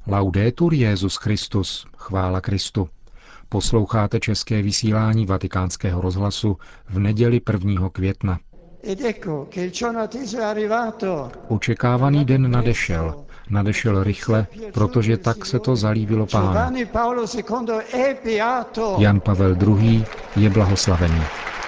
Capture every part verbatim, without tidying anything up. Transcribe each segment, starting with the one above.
Laudetur Jesus Christus, chvála Kristu. Posloucháte české vysílání Vatikánského rozhlasu v neděli prvního května. Očekávaný den nadešel. Nadešel rychle, protože tak se to zalíbilo Pánu. Jan Pavel druhý. je blahoslavený.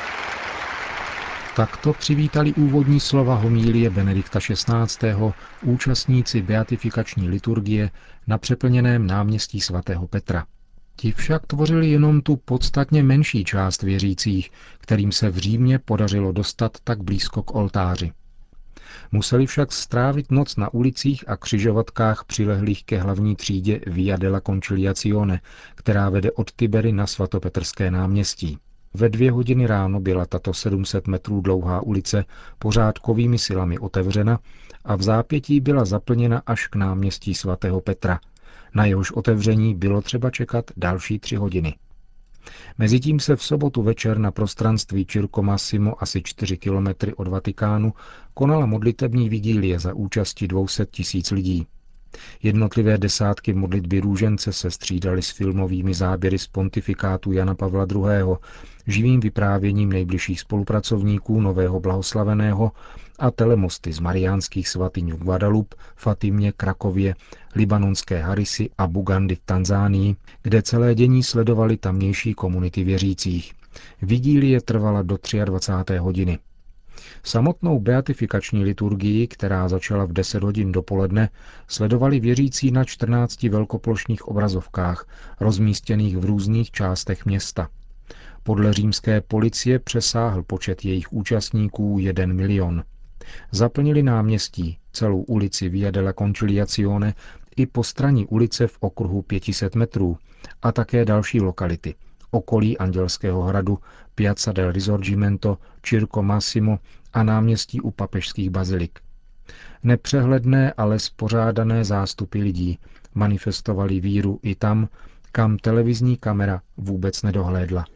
Takto přivítali úvodní slova homilie Benedikta šestnáctého. účastníci beatifikační liturgie na přeplněném náměstí svatého Petra. Ti však tvořili jenom tu podstatně menší část věřících, kterým se v Římě podařilo dostat tak blízko k oltáři. Museli však strávit noc na ulicích a křižovatkách přilehlých ke hlavní třídě Via della Conciliazione, která vede od Tibery na svatopetrské náměstí. Ve dvě hodiny ráno byla tato sedm set metrů dlouhá ulice pořádkovými silami otevřena a v zápětí byla zaplněna až k náměstí svatého Petra. Na jehož otevření bylo třeba čekat další tři hodiny. Mezitím se v sobotu večer na prostranství Circo Massimo asi čtyři kilometry od Vatikánu konala modlitební vigílie za účasti dvě stě tisíc lidí. Jednotlivé desátky modlitby růžence se střídaly s filmovými záběry z pontifikátu Jana Pavla druhého., živým vyprávěním nejbližších spolupracovníků nového blahoslaveného a telemosty z mariánských svatyň v Guadalupe, Fatimě, Krakově, libanonské Harisi a Bugandi v Tanzánii, kde celé dění sledovali tamnější komunity věřících. Vigílie trvala do dvacáté třetí hodiny. Samotnou beatifikační liturgii, která začala v deset hodin dopoledne, sledovali věřící na čtrnácti velkoplošných obrazovkách, rozmístěných v různých částech města. Podle římské policie přesáhl počet jejich účastníků jeden milion. Zaplnili náměstí, celou ulici Via della Conciliazione i postranní ulice v okruhu pět set metrů a také další lokality, okolí Andělského hradu, Piazza del Risorgimento, Circo Massimo a náměstí u papežských bazilik. Nepřehledné, ale spořádané zástupy lidí manifestovali víru i tam, kam televizní kamera vůbec nedohlédla.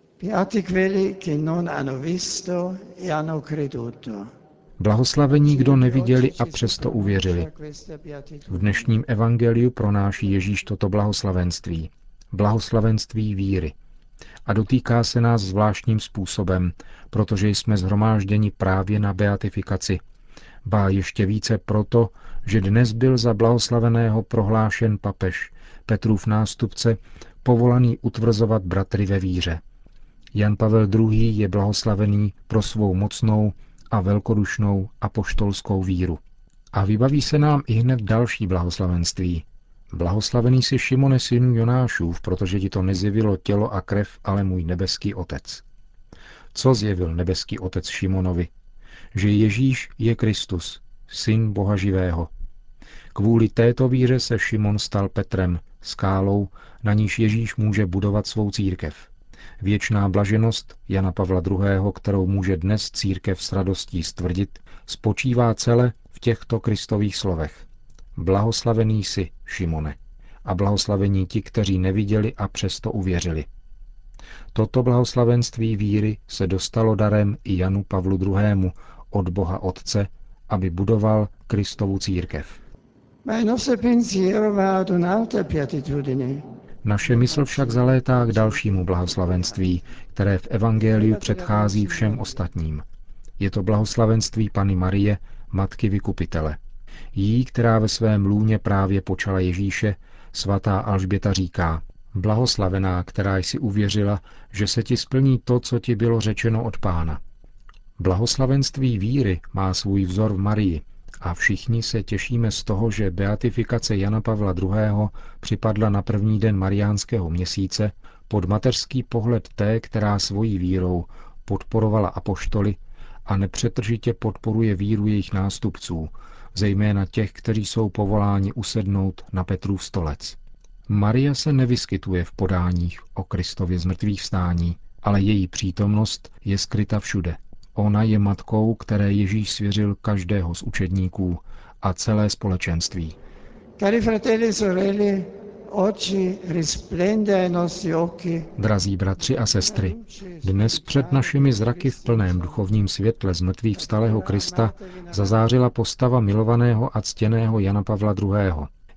Blahoslavení, kdo neviděli a přesto uvěřili. V dnešním evangeliu pronáší Ježíš toto blahoslavenství. Blahoslavenství víry. A dotýká se nás zvláštním způsobem, protože jsme shromážděni právě na beatifikaci. Ba ještě více proto, že dnes byl za blahoslaveného prohlášen papež, Petrův nástupce, povolaný utvrzovat bratry ve víře. Jan Pavel druhý. je blahoslavený pro svou mocnou a velkodušnou apoštolskou víru. A vybaví se nám i hned další blahoslavenství. Blahoslavený si Šimone, synu Jonášův, protože ti to nezjevilo tělo a krev, ale můj nebeský Otec. Co zjevil nebeský Otec Šimonovi? Že Ježíš je Kristus, syn Boha živého. Kvůli této víře se Šimon stal Petrem, skálou, na níž Ježíš může budovat svou církev. Věčná blaženost Jana Pavla druhého., kterou může dnes církev s radostí stvrdit, spočívá celé v těchto Kristových slovech. Blahoslavený jsi, Šimone, a blahoslavení ti, kteří neviděli a přesto uvěřili. Toto blahoslavenství víry se dostalo darem i Janu Pavlu druhému. od Boha Otce, aby budoval Kristovu církev. Naše mysl však zalétá k dalšímu blahoslavenství, které v evangeliu předchází všem ostatním. Je to blahoslavenství Panny Marie, matky vykupitele. Jí, která ve svém lůně právě počala Ježíše, svatá Alžběta říká: Blahoslavená, která jsi uvěřila, že se ti splní to, co ti bylo řečeno od Pána. Blahoslavenství víry má svůj vzor v Marii a všichni se těšíme z toho, že beatifikace Jana Pavla druhého. připadla na první den mariánského měsíce pod mateřský pohled té, která svojí vírou podporovala apoštoly a nepřetržitě podporuje víru jejich nástupců, zejména těch, kteří jsou povoláni usednout na Petrův stolec. Maria se nevyskytuje v podáních o Kristově zmrtvýchvstání, ale její přítomnost je skryta všude. Ona je matkou, které Ježíš svěřil každého z učedníků a celé společenství. Cari fratelli e sorelle, oggi risplende ai nostri occhi. Drazí bratři a sestry, dnes před našimi zraky v plném duchovním světle zmrtvýchvstalého Krista zazářila postava milovaného a ctěného Jana Pavla druhého.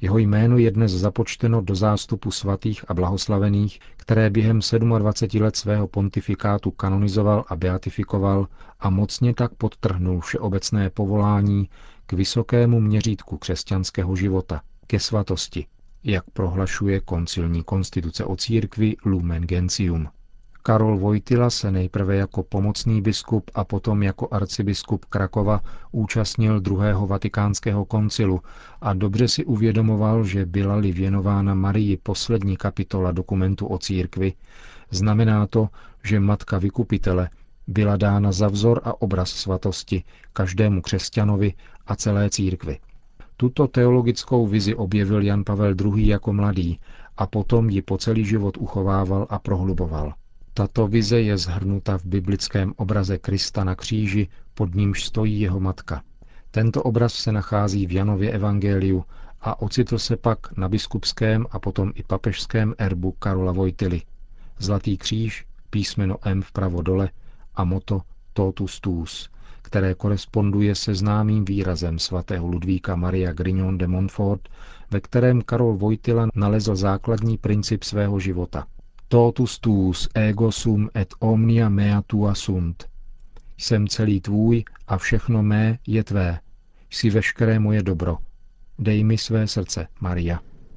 Jeho jméno je dnes započteno do zástupu svatých a blahoslavených, které během dvaceti sedmi let svého pontifikátu kanonizoval a beatifikoval a mocně tak podtrhnul všeobecné povolání k vysokému měřítku křesťanského života, ke svatosti, jak prohlašuje koncilní konstituce o církvi Lumen Gentium. Karol Wojtyla se nejprve jako pomocný biskup a potom jako arcibiskup Krakova účastnil druhého vatikánského koncilu a dobře si uvědomoval, že byla-li věnována Marii poslední kapitola dokumentu o církvi, znamená to, že Matka Vykupitele byla dána za vzor a obraz svatosti každému křesťanovi a celé církvi. Tuto teologickou vizi objevil Jan Pavel druhý. Jako mladý a potom ji po celý život uchovával a prohluboval. Tato vize je shrnuta v biblickém obraze Krista na kříži, pod nímž stojí jeho matka. Tento obraz se nachází v Janově evangeliu a ocitl se pak na biskupském a potom i papežském erbu Karola Wojtyly. Zlatý kříž, písmeno M vpravo dole a moto Totus Tuus, které koresponduje se známým výrazem svatého Ludvíka Maria Grignon de Montfort, ve kterém Karol Wojtyla nalezl základní princip svého života. Totus tuus ego sum et omnia mea tua sunt. Jsem celý tvůj a všechno mé je tvé. Jsi veškeré moje dobro. Dej mi své srdce, Maria.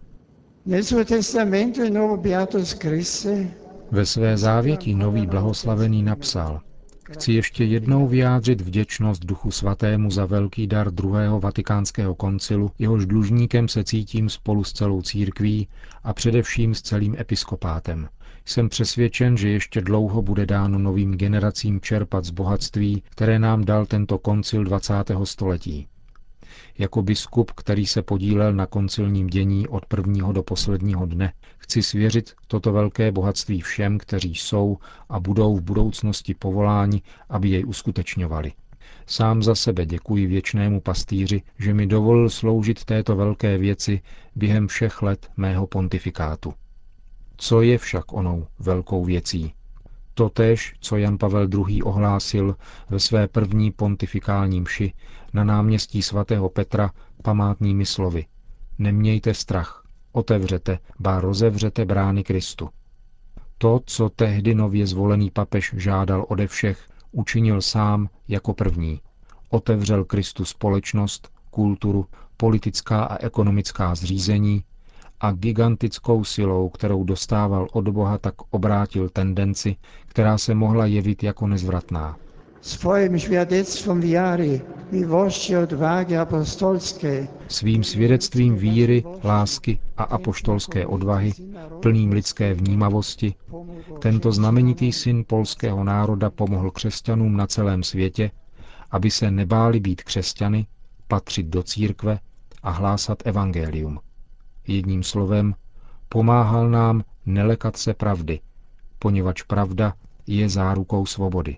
Ve své závěti nový blahoslavený napsal: Chci ještě jednou vyjádřit vděčnost Duchu Svatému za velký dar druhého vatikánského koncilu, jehož dlužníkem se cítím spolu s celou církví a především s celým episkopátem. Jsem přesvědčen, že ještě dlouho bude dáno novým generacím čerpat z bohatství, které nám dal tento koncil dvacátého století. Jako biskup, který se podílel na koncilním dění od prvního do posledního dne, chci svěřit toto velké bohatství všem, kteří jsou a budou v budoucnosti povoláni, aby jej uskutečňovali. Sám za sebe děkuji věčnému pastýři, že mi dovolil sloužit této velké věci během všech let mého pontifikátu. Co je však onou velkou věcí? Totéž, co Jan Pavel druhý. Ohlásil ve své první pontifikální mši na náměstí svatého Petra památnými slovy. Nemějte strach, otevřete, ba rozevřete brány Kristu. To, co tehdy nově zvolený papež žádal ode všech, učinil sám jako první. Otevřel Kristu společnost, kulturu, politická a ekonomická zřízení a gigantickou silou, kterou dostával od Boha, tak obrátil tendenci, která se mohla jevit jako nezvratná. Svým svědectvím víry, lásky a apoštolské odvahy, plným lidské vnímavosti, tento znamenitý syn polského národa pomohl křesťanům na celém světě, aby se nebáli být křesťany, patřit do církve a hlásat evangelium. Jedním slovem, pomáhal nám nelekat se pravdy, poněvadž pravda je zárukou svobody.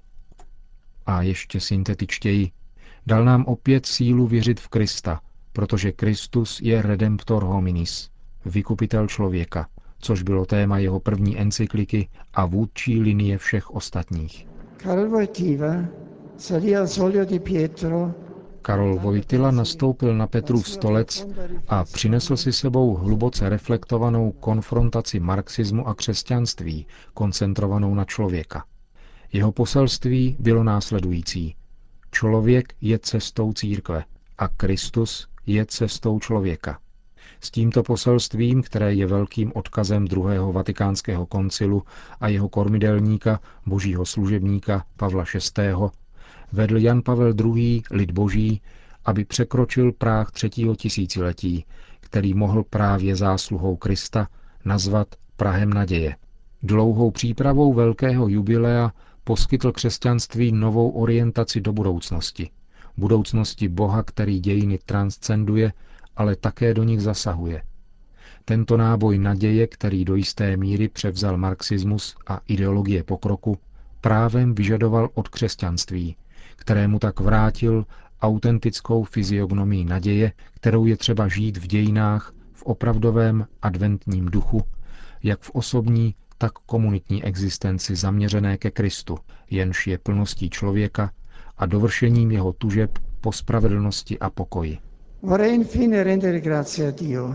A ještě syntetičtěji, dal nám opět sílu věřit v Krista, protože Kristus je redemptor hominis, vykupitel člověka, což bylo téma jeho první encykliky a vůdčí linie všech ostatních. Karol Wojtyla salì al soglio di Pietro. Karol Wojtyla nastoupil na Petrův stolec a přinesl si sebou hluboce reflektovanou konfrontaci marxismu a křesťanství, koncentrovanou na člověka. Jeho poselství bylo následující. Člověk je cestou církve a Kristus je cestou člověka. S tímto poselstvím, které je velkým odkazem druhého vatikánského koncilu a jeho kormidelníka, božího služebníka Pavla šestého., vedl Jan Pavel druhý. Lid boží, aby překročil práh třetího tisíciletí, který mohl právě zásluhou Krista nazvat prahem naděje. Dlouhou přípravou velkého jubilea poskytl křesťanství novou orientaci do budoucnosti. Budoucnosti Boha, který dějiny transcenduje, ale také do nich zasahuje. Tento náboj naděje, který do jisté míry převzal marxismus a ideologie pokroku, právem vyžadoval od křesťanství, kterému tak vrátil autentickou fyziognomii naděje, kterou je třeba žít v dějinách v opravdovém adventním duchu, jak v osobní, tak komunitní existenci zaměřené ke Kristu, jenž je plností člověka a dovršením jeho tužeb po spravedlnosti a pokoji.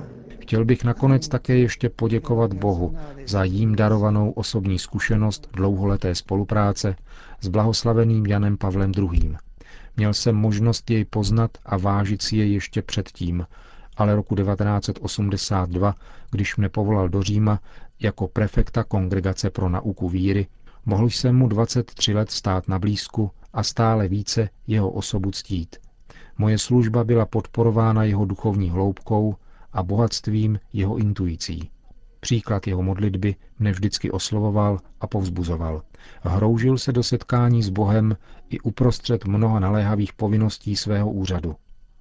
Chtěl bych nakonec také ještě poděkovat Bohu za jím darovanou osobní zkušenost dlouholeté spolupráce s blahoslaveným Janem Pavlem druhým. Měl jsem možnost jej poznat a vážit si jej ještě předtím, ale roku devatenáct set osmdesát dva, když mne povolal do Říma jako prefekta Kongregace pro nauku víry, mohl jsem mu dvacet tři let stát na blízku a stále více jeho osobu ctít. Moje služba byla podporována jeho duchovní hloubkou a bohatstvím jeho intuicí. Příklad jeho modlitby mne vždycky oslovoval a povzbuzoval. Hroužil se do setkání s Bohem i uprostřed mnoha naléhavých povinností svého úřadu.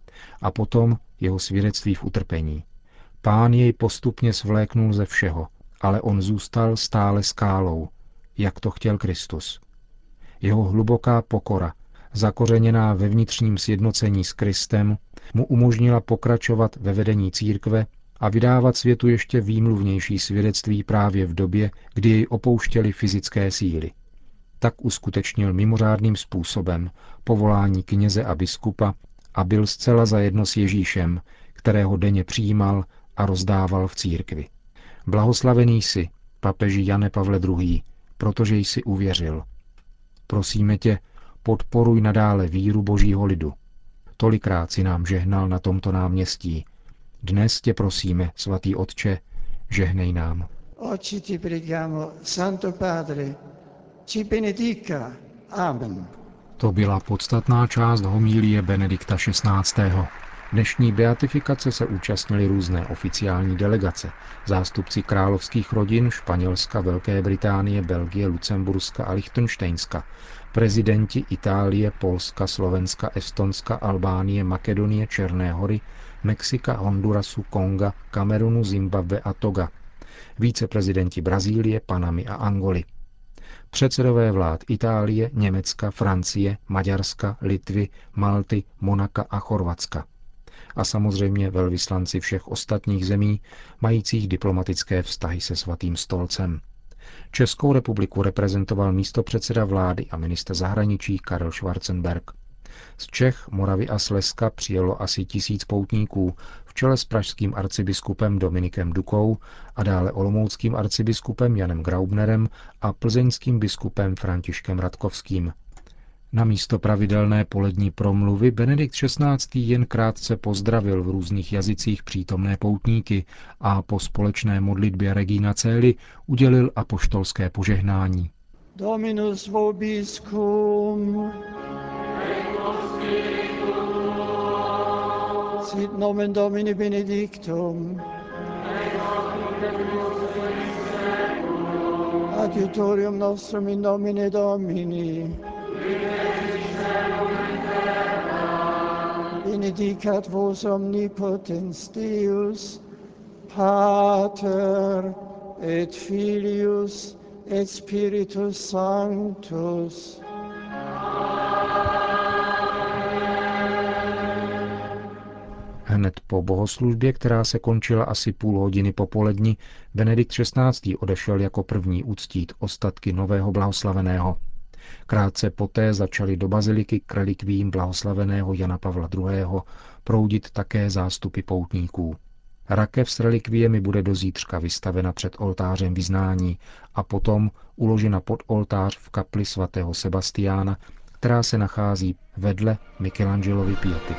A potom jeho svědectví v utrpení. Pán jej postupně svléknul ze všeho, ale on zůstal stále skálou, jak to chtěl Kristus. Jeho hluboká pokora, zakořeněná ve vnitřním sjednocení s Kristem, mu umožnila pokračovat ve vedení církve a vydávat světu ještě výmluvnější svědectví právě v době, kdy jej opouštěly fyzické síly. Tak uskutečnil mimořádným způsobem povolání kněze a biskupa a byl zcela zajedno s Ježíšem, kterého denně přijímal a rozdával v církvi. Blahoslavený jsi, papeži Jane Pavle druhý., protože jsi uvěřil. Prosíme tě, podporuj nadále víru božího lidu. Tolikrát si nám žehnal na tomto náměstí. Dnes tě prosíme, svatý Otče, žehnej nám. Oggi ti preghiamo, Santo Padre, ci benedica. Amen. To byla podstatná část homilie Benedikta šestnáctého. Dnešní beatifikace se účastnili různé oficiální delegace, zástupci královských rodin Španělska, Velké Británie, Belgie, Lucemburska a Lichtenštejnska, prezidenti Itálie, Polska, Slovenska, Estonska, Albánie, Makedonie, Černé Hory, Mexika, Hondurasu, Konga, Kamerunu, Zimbabwe a Toga, víceprezidenti Brazílie, Panamy a Angoly, předsedové vlád Itálie, Německa, Francie, Maďarska, Litvy, Malty, Monaka a Chorvatska. A samozřejmě velvyslanci všech ostatních zemí, majících diplomatické vztahy se Svatým stolcem. Českou republiku reprezentoval místopředseda vlády a ministr zahraničí Karel Schwarzenberg. Z Čech, Moravy a Slezska přijelo asi tisíc poutníků v čele s pražským arcibiskupem Dominikem Dukou a dále olomouckým arcibiskupem Janem Graubnerem a plzeňským biskupem Františkem Radkovským. Na místo pravidelné polední promluvy Benedikt šestnáctý. jen krátce pozdravil v různých jazycích přítomné poutníky a po společné modlitbě Regina Coeli udělil apoštolské požehnání. Dominus vobiscum. Sit nomen Domini benedictum. Adiutorium nostrum in nomine Domini. Benedicat vos omnipotens Deus, Pater et Filius et Spiritus Sanctus. Hned po bohoslužbě, která se končila asi půl hodiny po poledni, Benedikt šestnáctý. odešel jako první uctít ostatky nového blahoslaveného. Krátce poté začaly do baziliky k relikviím blahoslaveného Jana Pavla druhého. proudit také zástupy poutníků. Rakev s relikviemi bude do zítřka vystavena před oltářem vyznání a potom uložena pod oltář v kapli svatého Sebastiána, která se nachází vedle Michelangelovy Piety.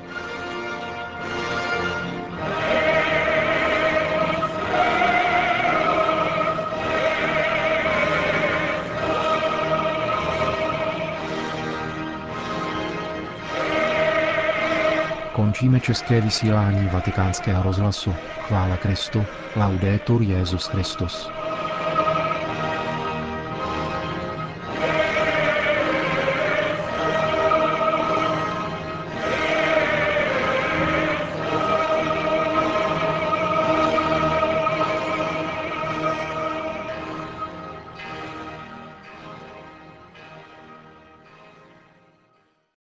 Končíme české vysílání Vatikánského rozhlasu. Chvála Kristu. Laudetur Jesus Christus.